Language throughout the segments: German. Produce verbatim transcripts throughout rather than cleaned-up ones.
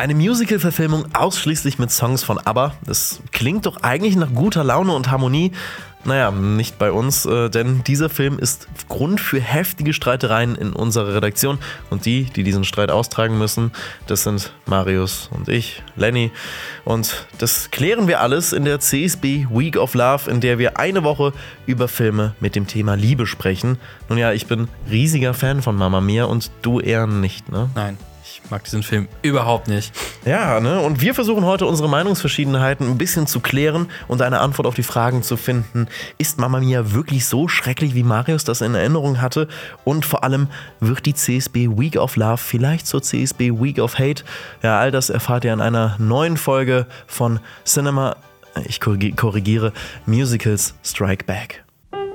Eine Musical-Verfilmung ausschließlich mit Songs von ABBA. Das klingt doch eigentlich nach guter Laune und Harmonie. Naja, nicht bei uns, äh, denn dieser Film ist Grund für heftige Streitereien in unserer Redaktion. Und die, die diesen Streit austragen müssen, das sind Marius und ich, Lenny. Und das klären wir alles in der C S B Week of Love, in der wir eine Woche über Filme mit dem Thema Liebe sprechen. Nun ja, ich bin riesiger Fan von Mamma Mia und du eher nicht, ne? Nein. Ich mag diesen Film überhaupt nicht. Ja, ne? Und wir versuchen heute unsere Meinungsverschiedenheiten ein bisschen zu klären und eine Antwort auf die Fragen zu finden. Ist Mamma Mia wirklich so schrecklich, wie Marius das in Erinnerung hatte? Und vor allem, wird die C S B Week of Love vielleicht zur C S B Week of Hate? Ja, all das erfahrt ihr in einer neuen Folge von Cinema, ich korrigiere, Musicals Strike Back.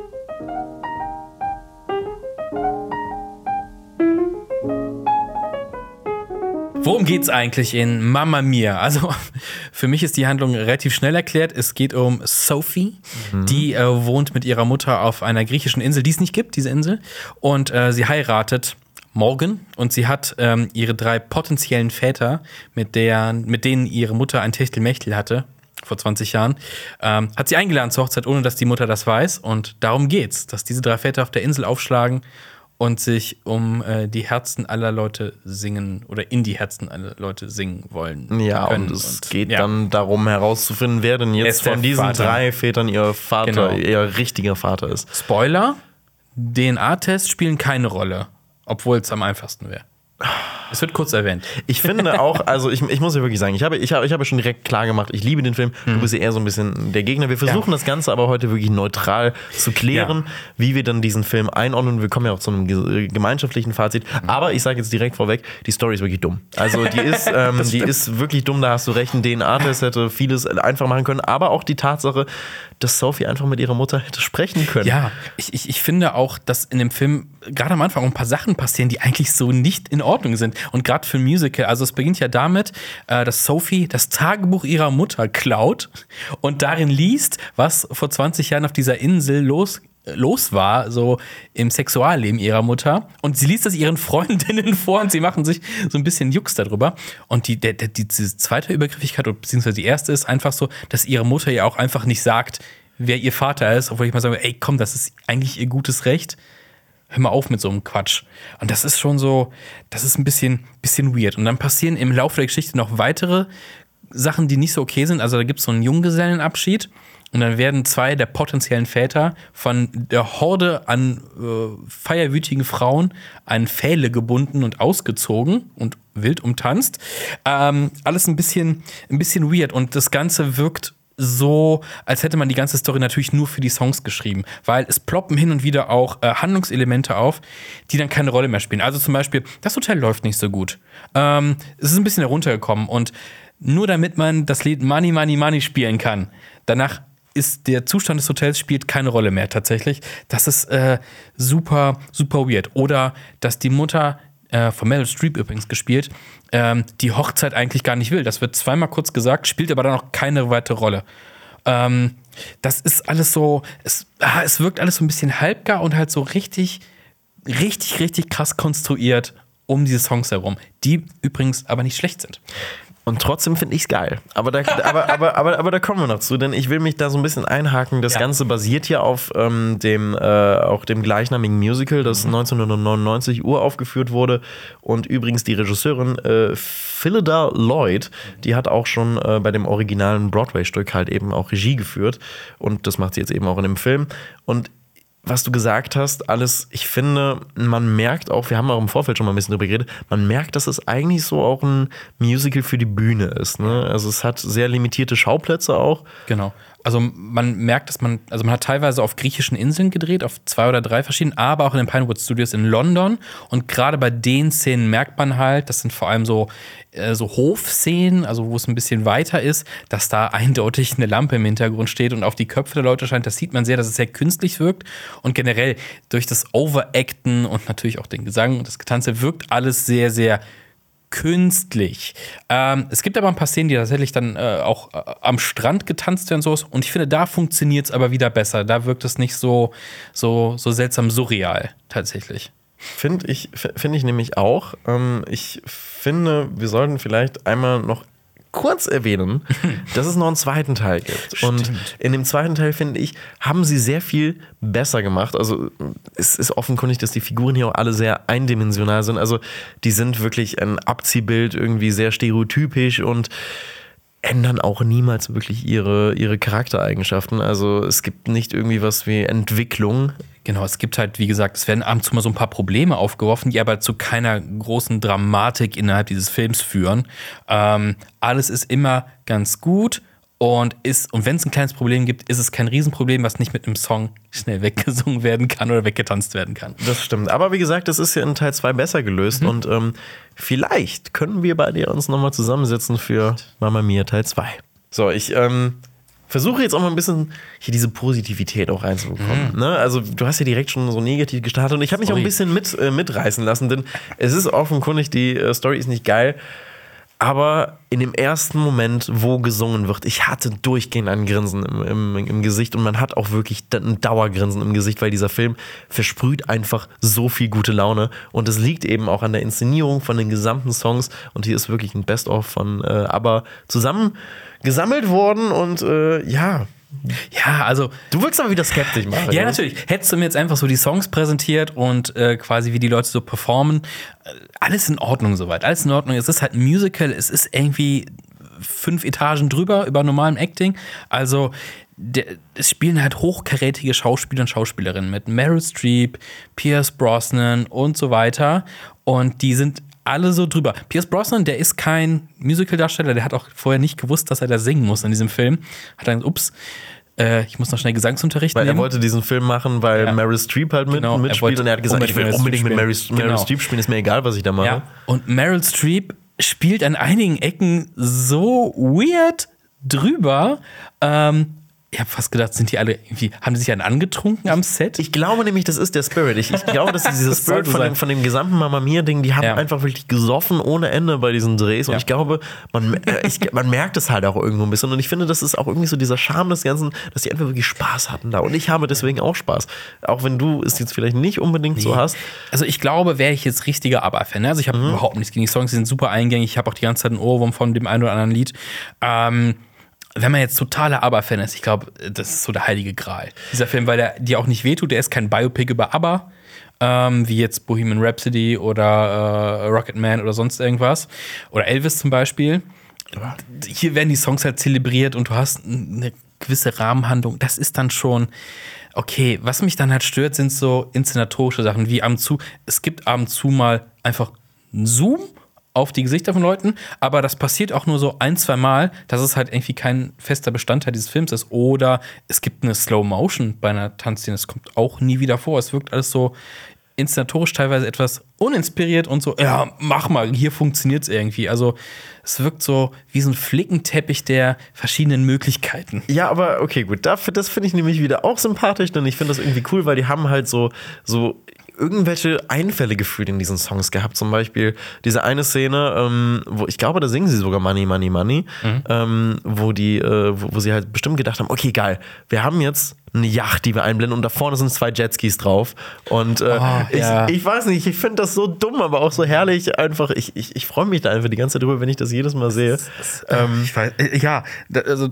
Worum geht's eigentlich in Mamma Mia? Also für mich ist die Handlung relativ schnell erklärt. Es geht um Sophie, mhm. die äh, wohnt mit ihrer Mutter auf einer griechischen Insel, die es nicht gibt, diese Insel. Und äh, sie heiratet Morgan und sie hat ähm, ihre drei potenziellen Väter, mit, der, mit denen ihre Mutter ein Techtelmechtel hatte, vor zwanzig Jahren, ähm, hat sie eingeladen zur Hochzeit, ohne dass die Mutter das weiß. Und darum geht's, dass diese drei Väter auf der Insel aufschlagen und sich um äh, die Herzen aller Leute singen oder in die Herzen aller Leute singen wollen. Ja, können. und es und, geht ja. dann darum herauszufinden, wer denn jetzt von diesen Vater. drei Vätern ihr Vater, Genau. ihr richtiger Vater ist. Spoiler, D N A-Tests spielen keine Rolle, obwohl es am einfachsten wäre. Es wird kurz erwähnt. Ich finde auch, also ich, ich muss ja wirklich sagen, ich habe, ich, habe, ich habe schon direkt klar gemacht, ich liebe den Film. Mhm. Du bist ja eher so ein bisschen der Gegner. Wir versuchen ja. das Ganze aber heute wirklich neutral zu klären, ja. wie wir dann diesen Film einordnen. Wir kommen ja auch zu einem gemeinschaftlichen Fazit. Mhm. Aber ich sage jetzt direkt vorweg, die Story ist wirklich dumm. Also die ist, ähm, die ist wirklich dumm, da hast du recht. Ein D N A-Test hätte vieles einfach machen können. Aber auch die Tatsache, dass Sophie einfach mit ihrer Mutter hätte sprechen können. Ja, ich, ich, ich finde auch, dass in dem Film gerade am Anfang ein paar Sachen passieren, die eigentlich so nicht in Ordnung sind. Und gerade für ein Musical, also es beginnt ja damit, äh, dass Sophie das Tagebuch ihrer Mutter klaut und darin liest, was vor zwanzig Jahren auf dieser Insel los los war, so im Sexualleben ihrer Mutter. Und sie liest das ihren Freundinnen vor und sie machen sich so ein bisschen Jux darüber. Und die, der, der, diese zweite Übergriffigkeit, beziehungsweise die erste, ist einfach so, dass ihre Mutter ja auch einfach nicht sagt, wer ihr Vater ist, obwohl ich mal sage, ey, komm, das ist eigentlich ihr gutes Recht. Hör mal auf mit so einem Quatsch. Und das ist schon so, das ist ein bisschen, bisschen weird. Und dann passieren im Laufe der Geschichte noch weitere Sachen, die nicht so okay sind. Also da gibt es so einen Junggesellenabschied. Und dann werden zwei der potenziellen Väter von der Horde an äh, feierwütigen Frauen an Pfähle gebunden und ausgezogen und wild umtanzt. Ähm, alles ein bisschen, ein bisschen weird. Und das Ganze wirkt so, als hätte man die ganze Story natürlich nur für die Songs geschrieben. Weil es ploppen hin und wieder auch äh, Handlungselemente auf, die dann keine Rolle mehr spielen. Also zum Beispiel, das Hotel läuft nicht so gut. Ähm, es ist ein bisschen heruntergekommen. Und nur damit man das Lied Money, Money, Money spielen kann, danach ist der Zustand des Hotels spielt keine Rolle mehr tatsächlich. Das ist äh, super, super weird. Oder dass die Mutter, äh, von Meryl Streep übrigens gespielt, ähm, die Hochzeit eigentlich gar nicht will. Das wird zweimal kurz gesagt, spielt aber dann auch keine weitere Rolle. Ähm, das ist alles so, es, ah, es wirkt alles so ein bisschen halbgar und halt so richtig, richtig, richtig krass konstruiert um diese Songs herum, die übrigens aber nicht schlecht sind. Und trotzdem finde ich es geil. Aber da, aber, aber, aber, aber da kommen wir noch zu, denn ich will mich da so ein bisschen einhaken. Das ja. Ganze basiert ja auf ähm, dem, äh, auch dem gleichnamigen Musical, das mhm. neunzehnhundertneunundneunzig uraufgeführt wurde. Und übrigens die Regisseurin äh, Phyllida Lloyd, die hat auch schon äh, bei dem originalen Broadway-Stück halt eben auch Regie geführt. Und das macht sie jetzt eben auch in dem Film. Und was du gesagt hast, alles, ich finde, man merkt auch, wir haben auch im Vorfeld schon mal ein bisschen drüber geredet, man merkt, dass es eigentlich so auch ein Musical für die Bühne ist. Ne? Also es hat sehr limitierte Schauplätze auch. Genau. Also man merkt, dass man, also man hat teilweise auf griechischen Inseln gedreht, auf zwei oder drei verschiedenen, aber auch in den Pinewood Studios in London. Und gerade bei den Szenen merkt man halt, das sind vor allem so, äh, so Hofszenen, also wo es ein bisschen weiter ist, dass da eindeutig eine Lampe im Hintergrund steht und auf die Köpfe der Leute scheint. Das sieht man sehr, dass es sehr künstlich wirkt. Und generell durch das Overacten und natürlich auch den Gesang und das Getanze wirkt alles sehr, sehr künstlich. Ähm, es gibt aber ein paar Szenen, die tatsächlich dann äh, auch äh, am Strand getanzt werden. So. Und ich finde, da funktioniert es aber wieder besser. Da wirkt es nicht so, so, so seltsam surreal, tatsächlich. Finde ich, finde ich nämlich auch. Ähm, ich finde, wir sollten vielleicht einmal noch kurz erwähnen, dass es noch einen zweiten Teil gibt. Stimmt. Und in dem zweiten Teil, finde ich, haben sie sehr viel besser gemacht. Also es ist offenkundig, dass die Figuren hier auch alle sehr eindimensional sind. Also die sind wirklich ein Abziehbild, irgendwie sehr stereotypisch und ändern auch niemals wirklich ihre, ihre Charaktereigenschaften. Also es gibt nicht irgendwie was wie Entwicklung. Genau, es gibt halt, wie gesagt, es werden ab und zu mal so ein paar Probleme aufgeworfen, die aber zu keiner großen Dramatik innerhalb dieses Films führen. Ähm, alles ist immer ganz gut und ist, und wenn es ein kleines Problem gibt, ist es kein Riesenproblem, was nicht mit einem Song schnell weggesungen werden kann oder weggetanzt werden kann. Das stimmt. Aber wie gesagt, das ist ja in Teil zwei besser gelöst mhm. und ähm, vielleicht können wir bei dir uns nochmal zusammensetzen für Mamma Mia Teil zwei. So, ich ähm, versuche jetzt auch mal ein bisschen hier diese Positivität auch reinzubekommen. Mhm. Ne? Also du hast ja direkt schon so negativ gestartet und ich habe mich auch ein bisschen mit, äh, mitreißen lassen, denn es ist offenkundig, die äh, Story ist nicht geil, aber in dem ersten Moment, wo gesungen wird, ich hatte durchgehend ein Grinsen im, im, im Gesicht und man hat auch wirklich ein Dauergrinsen im Gesicht, weil dieser Film versprüht einfach so viel gute Laune und es liegt eben auch an der Inszenierung von den gesamten Songs und hier ist wirklich ein Best-of von äh, ABBA zusammen gesammelt worden und äh, ja. Ja, also. Du wirkst aber wieder skeptisch, Mario. Ja, natürlich. Hättest du mir jetzt einfach so die Songs präsentiert und äh, quasi wie die Leute so performen, äh, alles in Ordnung soweit. Alles in Ordnung. Es ist halt ein Musical, es ist irgendwie fünf Etagen drüber über normalem Acting. Also, der, es spielen halt hochkarätige Schauspieler und Schauspielerinnen mit Meryl Streep, Pierce Brosnan und so weiter. Und die sind alle so drüber. Pierce Brosnan, der ist kein Musical-Darsteller, der hat auch vorher nicht gewusst, dass er da singen muss in diesem Film. Hat dann, ups, äh, ich muss noch schnell Gesangsunterricht weil nehmen. Weil er wollte diesen Film machen, weil ja. Meryl Streep halt mit, genau, mitspielt er und er hat gesagt, ich will unbedingt mit Meryl, Meryl genau. Streep spielen, ist mir egal, was ich da mache. Ja. Und Meryl Streep spielt an einigen Ecken so weird drüber, ähm, ich habe fast gedacht, sind die alle irgendwie, haben die sich einen angetrunken am Set? Ich glaube nämlich, das ist der Spirit. Ich, ich glaube, das ist dieser das Spirit von dem, von dem gesamten Mamma Mia-Ding. Die haben ja. einfach wirklich gesoffen ohne Ende bei diesen Drehs. Und ja. ich glaube, man, äh, ich, man merkt es halt auch irgendwo ein bisschen. Und ich finde, das ist auch irgendwie so dieser Charme des Ganzen, dass die einfach wirklich Spaß hatten da. Und ich habe deswegen auch Spaß. Auch wenn du es jetzt vielleicht nicht unbedingt nee. so hast. Also ich glaube, wäre ich jetzt richtiger ABBA-Fan. Also ich habe mhm. überhaupt nichts gegen die Songs. Die sind super eingängig. Ich habe auch die ganze Zeit einen Ohrwurm von dem einen oder anderen Lied. Ähm, Wenn man jetzt totaler ABBA-Fan ist, ich glaube, das ist so der heilige Gral. Dieser Film, weil der dir auch nicht wehtut, der ist kein Biopic über ABBA, ähm, wie jetzt Bohemian Rhapsody oder äh, Rocketman oder sonst irgendwas. Oder Elvis zum Beispiel. Hier werden die Songs halt zelebriert und du hast eine gewisse Rahmenhandlung. Das ist dann schon okay. Was mich dann halt stört, sind so inszenatorische Sachen, wie ab und zu, es gibt ab und zu mal einfach einen Zoom auf die Gesichter von Leuten, aber das passiert auch nur so ein, zwei Mal, dass es halt irgendwie kein fester Bestandteil dieses Films ist. Oder es gibt eine Slow Motion bei einer Tanzszene, das kommt auch nie wieder vor. Es wirkt alles so inszenatorisch teilweise etwas uninspiriert und so, ja, mach mal, hier funktioniert es irgendwie. Also es wirkt so wie so ein Flickenteppich der verschiedenen Möglichkeiten. Ja, aber okay, gut, dafür, das finde ich nämlich wieder auch sympathisch, denn ich finde das irgendwie cool, weil die haben halt so, so irgendwelche Einfälle gefühlt in diesen Songs gehabt. Zum Beispiel diese eine Szene, ähm, wo ich glaube, da singen sie sogar Money, Money, Money, mhm. ähm, wo die, äh, wo, wo sie halt bestimmt gedacht haben, okay, geil, wir haben jetzt eine Yacht, die wir einblenden und da vorne sind zwei Jetskis drauf. Und äh, oh, ich, ja. ich weiß nicht, ich finde das so dumm, aber auch so herrlich einfach. Ich, ich, ich freue mich da einfach die ganze Zeit drüber, wenn ich das jedes Mal sehe. Das, das, ähm, ich weiß, ja, also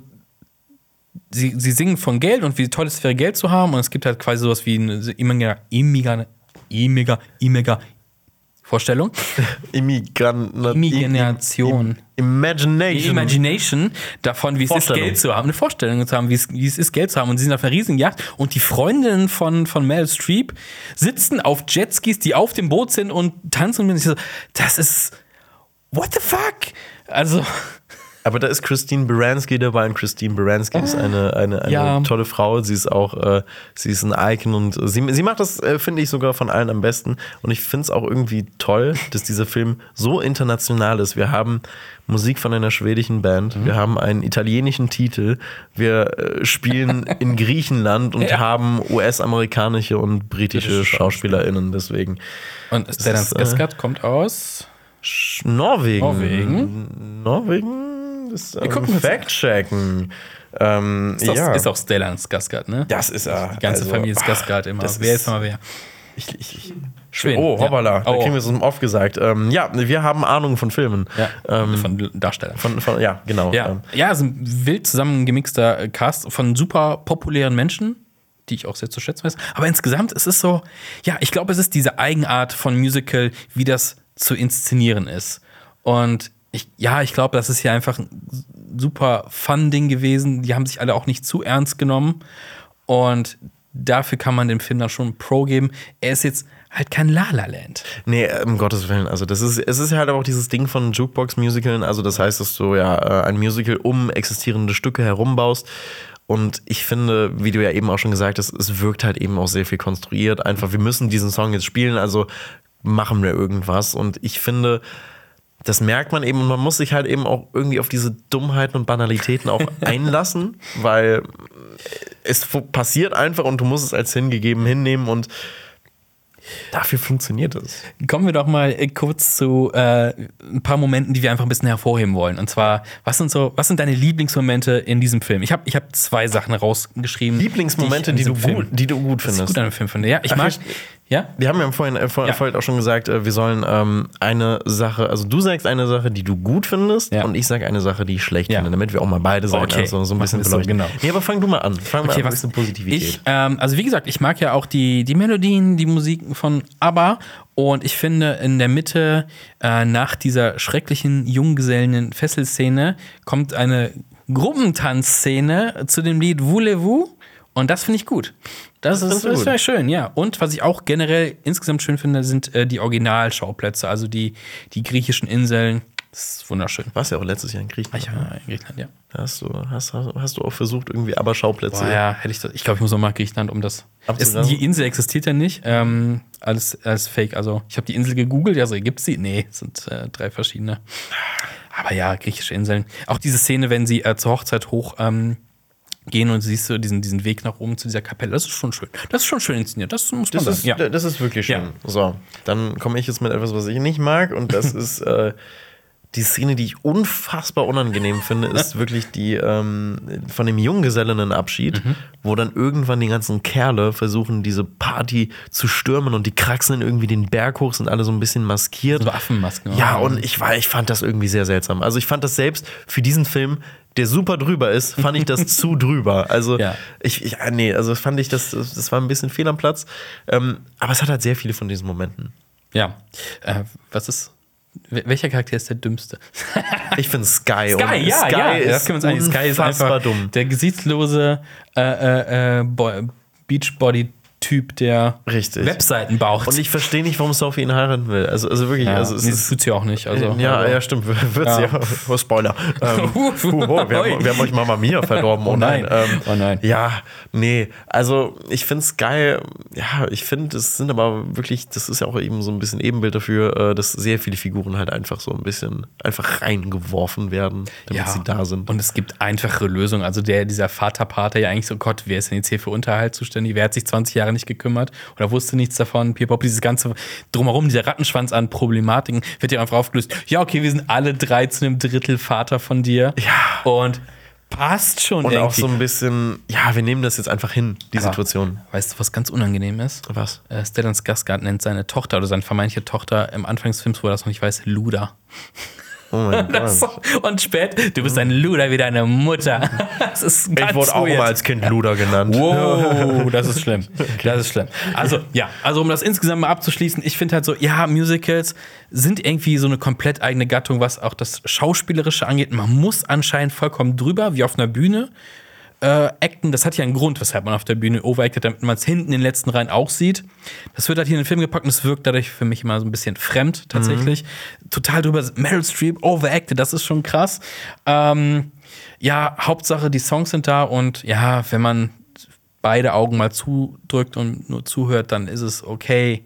sie, sie singen von Geld und wie toll es wäre, Geld zu haben und es gibt halt quasi sowas wie eine Immigra, Immigra, Immigra, Immigra Vorstellung. Immigran- Imagination. Imagination. Imagination davon, wie es ist, Geld zu haben. Eine Vorstellung zu haben, wie es, wie es ist, Geld zu haben. Und sie sind auf einer riesigen Yacht. Und die Freundinnen von, von Meryl Streep sitzen auf Jetskis, die auf dem Boot sind und tanzen. Und ich so, das ist, what the fuck? Also... Aber da ist Christine Baranski dabei und Christine Baranski ist eine, eine, eine ja. tolle Frau. Sie ist auch, äh, sie ist ein Icon und sie, sie macht das, äh, finde ich, sogar von allen am besten. Und ich finde es auch irgendwie toll, dass dieser Film so international ist. Wir haben Musik von einer schwedischen Band, mhm. wir haben einen italienischen Titel, wir äh, spielen in Griechenland und ja. haben U S-amerikanische und britische SchauspielerInnen. Deswegen. Und Stellan Skarsgård äh, kommt aus Norwegen. Norwegen. Norwegen. Das, ähm, Fact-checken. Ähm, ist, auch, ja. ist auch Stellan Skarsgård, ne? Das ist er. Die ganze also, Familie Skarsgård immer. Wer ist, ist mal wer? Ich, ich, ich. Schön. Oh, hoppala, Ja. da Oh. kriegen wir es oft gesagt. Ähm, ja, wir haben Ahnung von Filmen. Ja, Ähm, von Darstellern. von, von, ja, genau. Ja, Ähm, ja, es ist ein wild zusammengemixter äh, Cast von super populären Menschen, die ich auch sehr zu schätzen weiß. Aber insgesamt es ist so, ja, ich glaube, es ist diese Eigenart von Musical, wie das zu inszenieren ist. Und ich, ja, ich glaube, das ist hier einfach ein super Fun-Ding gewesen. Die haben sich alle auch nicht zu ernst genommen. Und dafür kann man dem Film dann schon ein Pro geben. Er ist jetzt halt kein La La Land. Nee, um Gottes Willen. Also das ist, es ist halt auch dieses Ding von Jukebox-Musicalen. Also das heißt, dass du ja äh, ein Musical um existierende Stücke herumbaust. Und ich finde, wie du ja eben auch schon gesagt hast, es wirkt halt eben auch sehr viel konstruiert. Einfach, wir müssen diesen Song jetzt spielen, also machen wir irgendwas. Und ich finde, das merkt man eben. Und man muss sich halt eben auch irgendwie auf diese Dummheiten und Banalitäten auch einlassen, weil es passiert einfach und du musst es als hingegeben hinnehmen und dafür funktioniert es. Kommen wir doch mal äh, kurz zu äh, ein paar Momenten, die wir einfach ein bisschen hervorheben wollen. Und zwar, was sind so, was sind deine Lieblingsmomente in diesem Film? Ich habe ich hab zwei Sachen rausgeschrieben. Lieblingsmomente, die, die, ich du an diesem gut, Film- die du gut was ich findest. gut an dem Film finde. Ja, ich Ach, mag. ich- Ja? Wir haben ja vorhin, äh, vor, Ja. vorhin auch schon gesagt, äh, wir sollen ähm, eine Sache, also du sagst eine Sache, die du gut findest Ja. und ich sage eine Sache, die ich schlecht Ja. finde, damit wir auch mal beide Seiten Okay. also so ein Machen bisschen wir so, beleuchten. genau. Nee, aber fang du mal an. Fang mal Okay, an, ein was bisschen Positivität. ich, ähm, also wie gesagt, ich mag ja auch die, die Melodien, die Musiken von ABBA und ich finde in der Mitte äh, nach dieser schrecklichen Junggesellen-Fesselszene kommt eine Gruppentanzszene zu dem Lied Voulez-vous und das finde ich gut. Das, Das ist, findest du das gut? wäre schön, ja. Und was ich auch generell insgesamt schön finde, sind äh, die Originalschauplätze, also die, die griechischen Inseln. Das ist wunderschön. Warst ja auch letztes Jahr in Griechenland. Ich war in Griechenland, ja. Da hast du, hast, hast du auch versucht, irgendwie aber Schauplätze. Boah, ja, hätte ich das. Ich glaube, ich muss auch mal nach Griechenland, um das. Es, Abzugrasen? die Insel existiert ja nicht, ähm, als, als Fake. Also, ich habe die Insel gegoogelt, ja, so gibt sie? Nee, es sind äh, drei verschiedene. Aber ja, griechische Inseln. Auch diese Szene, wenn sie äh, zur Hochzeit hoch ähm, gehen und siehst du diesen, diesen Weg nach oben zu dieser Kapelle, das ist schon schön. Das ist schon schön inszeniert, das muss man Das sagen. ist, ja. das ist wirklich schön. Ja. So, dann komme ich jetzt mit etwas, was ich nicht mag. Und das ist äh, die Szene, die ich unfassbar unangenehm finde, ist wirklich die ähm, von dem Junggesellinnenabschied, Mhm. wo dann irgendwann die ganzen Kerle versuchen, diese Party zu stürmen und die kraxeln irgendwie den Berg hoch, sind alle so ein bisschen maskiert. So Affenmasken. Ja, und ich war, ich fand das irgendwie sehr seltsam. Also ich fand das selbst für diesen Film, der super drüber ist, fand ich das zu drüber. Also Ja. ich, ich, ah, nee, also fand ich das, das war ein bisschen fehl am Platz. Ähm, aber es hat halt sehr viele von diesen Momenten. Ja. Äh, was ist. wel- Welcher Charakter ist der dümmste? Ich finde Sky. Sky, und ja, Sky ja. ist das können wir uns eigentlich. Sky ist unfassbar einfach dumm. der gesichtslose äh, äh, äh, Bo- Beachbody-Typ, der Richtig. Webseiten baut. Und ich verstehe nicht, warum Sophie ihn heiraten will. Also, also wirklich, ja, also es nee, das ist. tut sie auch nicht. Also, Ja, aber- ja, stimmt. Wird Ja. sie ja. Oh, Spoiler. Ähm, huhu, wir, haben, wir haben euch Mama Mia verdorben. Oh nein. Ähm, Oh nein. Ja, nee. Also, ich finde es geil. Ja, ich finde, es sind aber wirklich, das ist ja auch eben so ein bisschen Ebenbild dafür, äh, dass sehr viele Figuren halt einfach so ein bisschen einfach reingeworfen werden, damit Ja, sie da sind. und es gibt einfachere Lösungen. Also der, dieser Vaterpart, der ja eigentlich so, Gott, wer ist denn jetzt hier für Unterhalt zuständig? Wer hat sich zwanzig Jahre nicht gekümmert oder wusste nichts davon? Pipop, dieses ganze Drumherum, dieser Rattenschwanz an Problematiken wird ja einfach aufgelöst. Ja, okay, wir sind alle drei zu einem Drittel Vater von dir. Ja. Und passt schon Und irgendwie. auch so ein bisschen, ja, wir nehmen das jetzt einfach hin, die Aber Situation. Weißt du, was ganz unangenehm ist? Was? Äh, Stellan Skarsgård nennt seine Tochter oder seine vermeintliche Tochter im Anfang des Films, wo er das noch nicht weiß, Luda. Oh mein Das Gott. so, und spät, du bist ein Luder wie deine Mutter. Das ist ganz Ich wurde auch weird. mal als Kind Luder genannt. Wow, das ist schlimm. Das ist schlimm. Also, ja, also um das insgesamt mal abzuschließen, ich finde halt so, ja, Musicals sind irgendwie so eine komplett eigene Gattung, was auch das Schauspielerische angeht. Man muss anscheinend vollkommen drüber, wie auf einer Bühne, äh, acten. Das hat ja einen Grund, weshalb man auf der Bühne overactet, damit man es hinten in den letzten Reihen auch sieht. Das wird halt hier in den Film gepackt und es wirkt dadurch für mich immer so ein bisschen fremd, tatsächlich. Mhm. Total drüber. Meryl Streep overacted, das ist schon krass. Ähm, ja, Hauptsache, die Songs sind da und ja, wenn man beide Augen mal zudrückt und nur zuhört, dann ist es okay.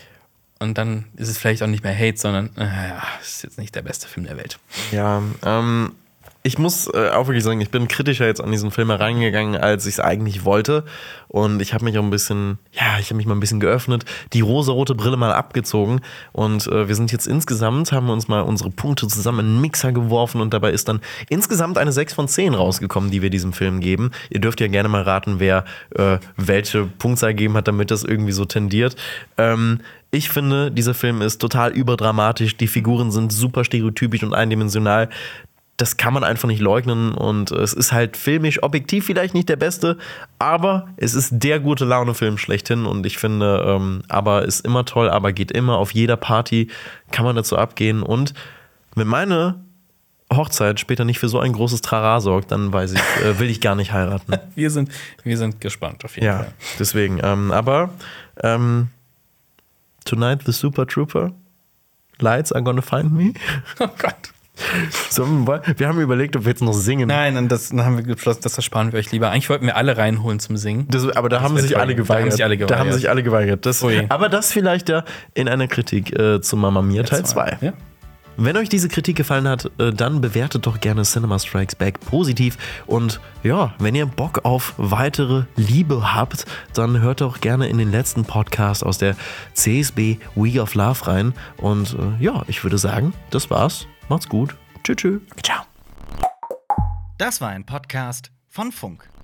Und dann ist es vielleicht auch nicht mehr Hate, sondern, äh, ja, ist jetzt nicht der beste Film der Welt. Ja, ähm, ich muss äh, auch wirklich sagen, ich bin kritischer jetzt an diesen Film hereingegangen, als ich es eigentlich wollte. Und ich habe mich auch ein bisschen, ja, ich habe mich mal ein bisschen geöffnet, die rosarote Brille mal abgezogen. Und äh, wir sind jetzt insgesamt, haben wir uns mal unsere Punkte zusammen in einen Mixer geworfen und dabei ist dann insgesamt eine sechs von zehn rausgekommen, die wir diesem Film geben. Ihr dürft ja gerne mal raten, wer äh, welche Punktzahl gegeben hat, damit das irgendwie so tendiert. Ähm, Ich finde, dieser Film ist total überdramatisch. Die Figuren sind super stereotypisch und eindimensional. Das kann man einfach nicht leugnen. Und es ist halt filmisch, objektiv vielleicht nicht der beste, aber es ist der gute Laune-Film schlechthin. Und ich finde, ähm, aber ist immer toll, aber geht immer. Auf jeder Party kann man dazu abgehen. Und wenn meine Hochzeit später nicht für so ein großes Trara sorgt, dann weiß ich, äh, will ich gar nicht heiraten. Wir sind, wir sind gespannt auf jeden Ja, Fall. deswegen. Ähm, aber ähm, Tonight the Super Trooper, Lights are gonna find me. Oh Gott. So, wir haben überlegt, ob wir jetzt noch singen. Nein, und das, dann haben wir beschlossen, das ersparen wir euch lieber. Eigentlich wollten wir alle reinholen zum Singen. Das, aber da Das haben wär sich toll. alle Da geweigert. haben sich alle Da geweigert. haben sich alle geweigert. Das, Ui. aber das vielleicht ja in einer Kritik äh, zu Mamma Mia Teil Jetzt zwei. mal. Ja. Wenn euch diese Kritik gefallen hat, äh, dann bewertet doch gerne Cinema Strikes Back positiv. Und ja, wenn ihr Bock auf weitere Liebe habt, dann hört doch gerne in den letzten Podcast aus der C S B Week of Love rein. Und äh, ja, ich würde sagen, das war's. Macht's gut. Tschüss. Tschüss. Ciao. Das war ein Podcast von Funk.